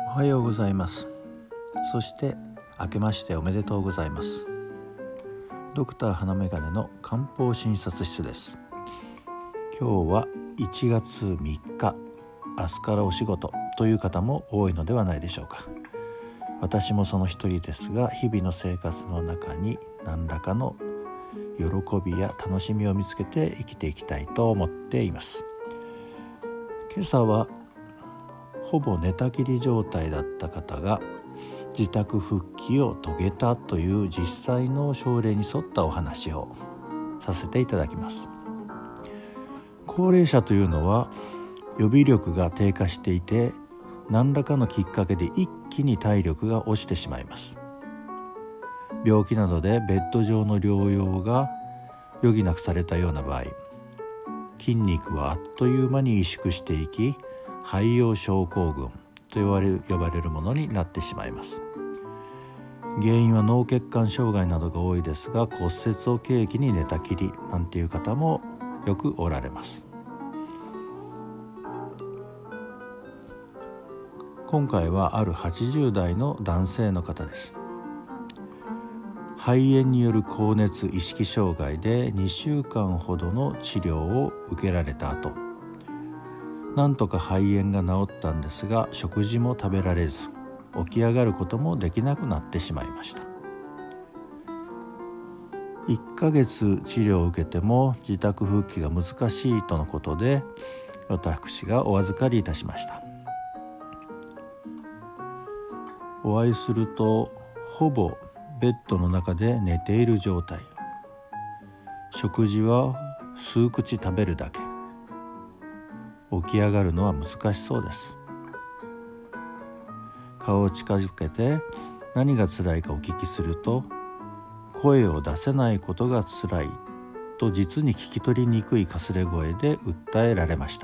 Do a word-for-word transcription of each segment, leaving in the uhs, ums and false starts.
おはようございます。そして明けましておめでとうございます。ドクター花眼鏡の漢方診察室です。今日はいちがつみっか、明日からお仕事という方も多いのではないでしょうか。私もその一人ですが、日々の生活の中に何らかの喜びや楽しみを見つけて生きていきたいと思っています。今朝はほぼ寝たきり状態だった方が自宅復帰を遂げたという実際の症例に沿ったお話をさせていただきます。高齢者というのは予備力が低下していて、何らかのきっかけで一気に体力が落ちてしまいます。病気などでベッド上の療養が余儀なくされたような場合、筋肉はあっという間に萎縮していき、肺葉症候群と呼ばれる、呼ばれるものになってしまいます。原因は脳血管障害などが多いですが、骨折を契機に寝たきりなんていう方もよくおられます。今回はあるはちじゅうだいの男性の方です。肺炎による高熱意識障害でにしゅうかんほどの治療を受けられた後、なんとか肺炎が治ったんですが、食事も食べられず起き上がることもできなくなってしまいました。いっかげつ治療を受けても自宅復帰が難しいとのことで、私がお預かりいたしました。お会いするとほぼベッドの中で寝ている状態、食事は数口食べるだけ、起き上がるのは難しそうです。顔を近づけて何が辛いかお聞きすると、声を出せないことが辛いと実に聞き取りにくいかすれ声で訴えられました。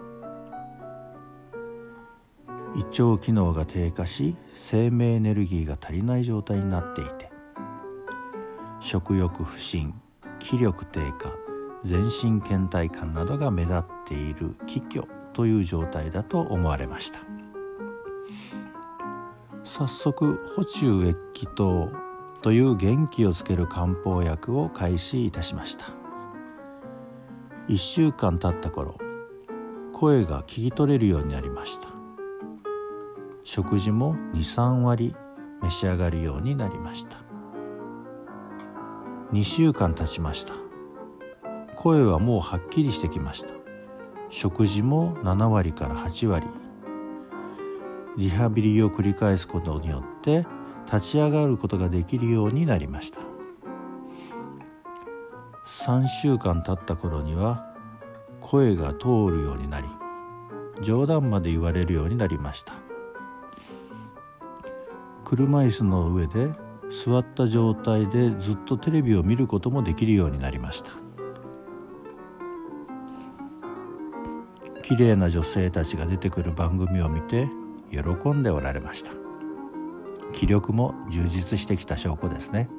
胃腸機能が低下し、生命エネルギーが足りない状態になっていて、食欲不振、気力低下、全身倦怠感などが目立っている気虚という状態だと思われました。早速、補中益気湯という元気をつける漢方薬を開始いたしました。いっしゅうかん経った頃、声が聞き取れるようになりました。食事も にさんわり召し上がるようになりました。にしゅうかん経ちました。声はもうはっきりしてきました。食事もななわりからはちわり。リハビリを繰り返すことによって立ち上がることができるようになりました。さんしゅうかん経った頃には声が通るようになり、冗談まで言われるようになりました。車椅子の上で座った状態でずっとテレビを見ることもできるようになりました。綺麗な女性たちが出てくる番組を見て喜んでおられました。気力も充実してきた証拠ですね。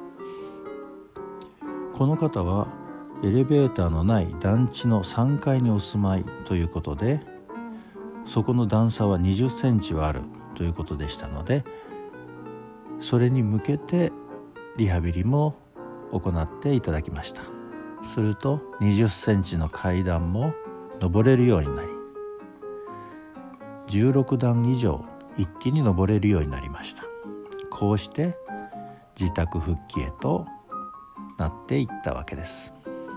この方はエレベーターのない団地のさんがいにお住まいということで、そこの段差はにじゅっセンチはあるということでしたので、それに向けてリハビリも行っていただきました。するとにじゅっセンチの階段も登れるようになり、じゅうろくだん以上一気に登れるようになりました。こうして自宅復帰へとなっていったわけです。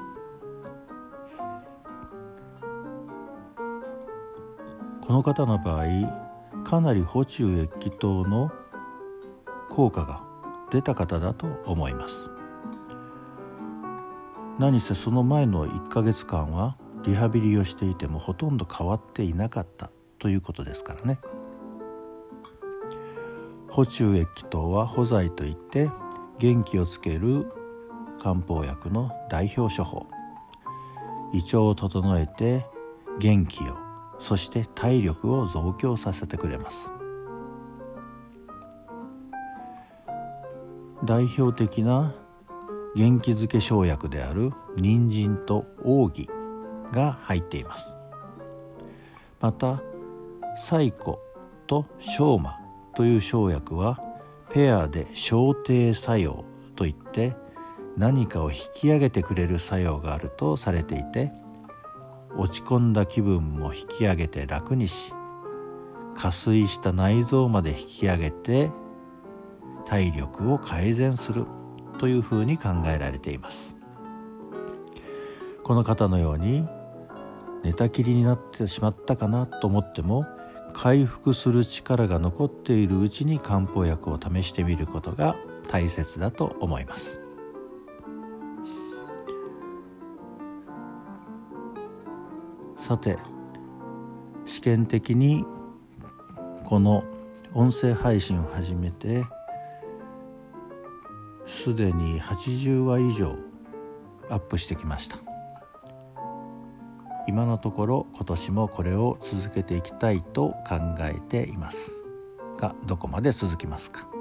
この方の場合、かなり補中益気湯の効果が出た方だと思います。何せその前のいっかげつかんはリハビリをしていてもほとんど変わっていなかったということですからね。補中益気湯は補剤といって元気をつける漢方薬の代表処方。胃腸を整えて元気を、そして体力を増強させてくれます。代表的な元気づけ生薬である人参と黄芪が入っています。また、柴胡と小麻という生薬はペアで小定作用といって何かを引き上げてくれる作用があるとされていて、落ち込んだ気分も引き上げて楽にし、下垂した内臓まで引き上げて体力を改善するというふうに考えられています。この方のように寝たきりになってしまったかなと思っても、回復する力が残っているうちに漢方薬を試してみることが大切だと思います。さて、試験的にこの音声配信を始めてすでにはちじゅうわ以上アップしてきました。今のところ今年もこれを続けていきたいと考えていますが、どこまで続きますか。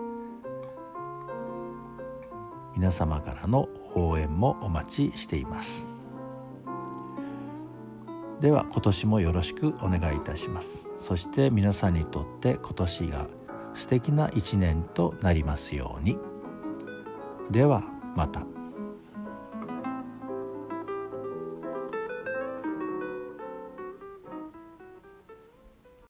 皆様からの応援もお待ちしています。では今年もよろしくお願いいたします。そして皆さんにとって今年が素敵な一年となりますように。ではまた。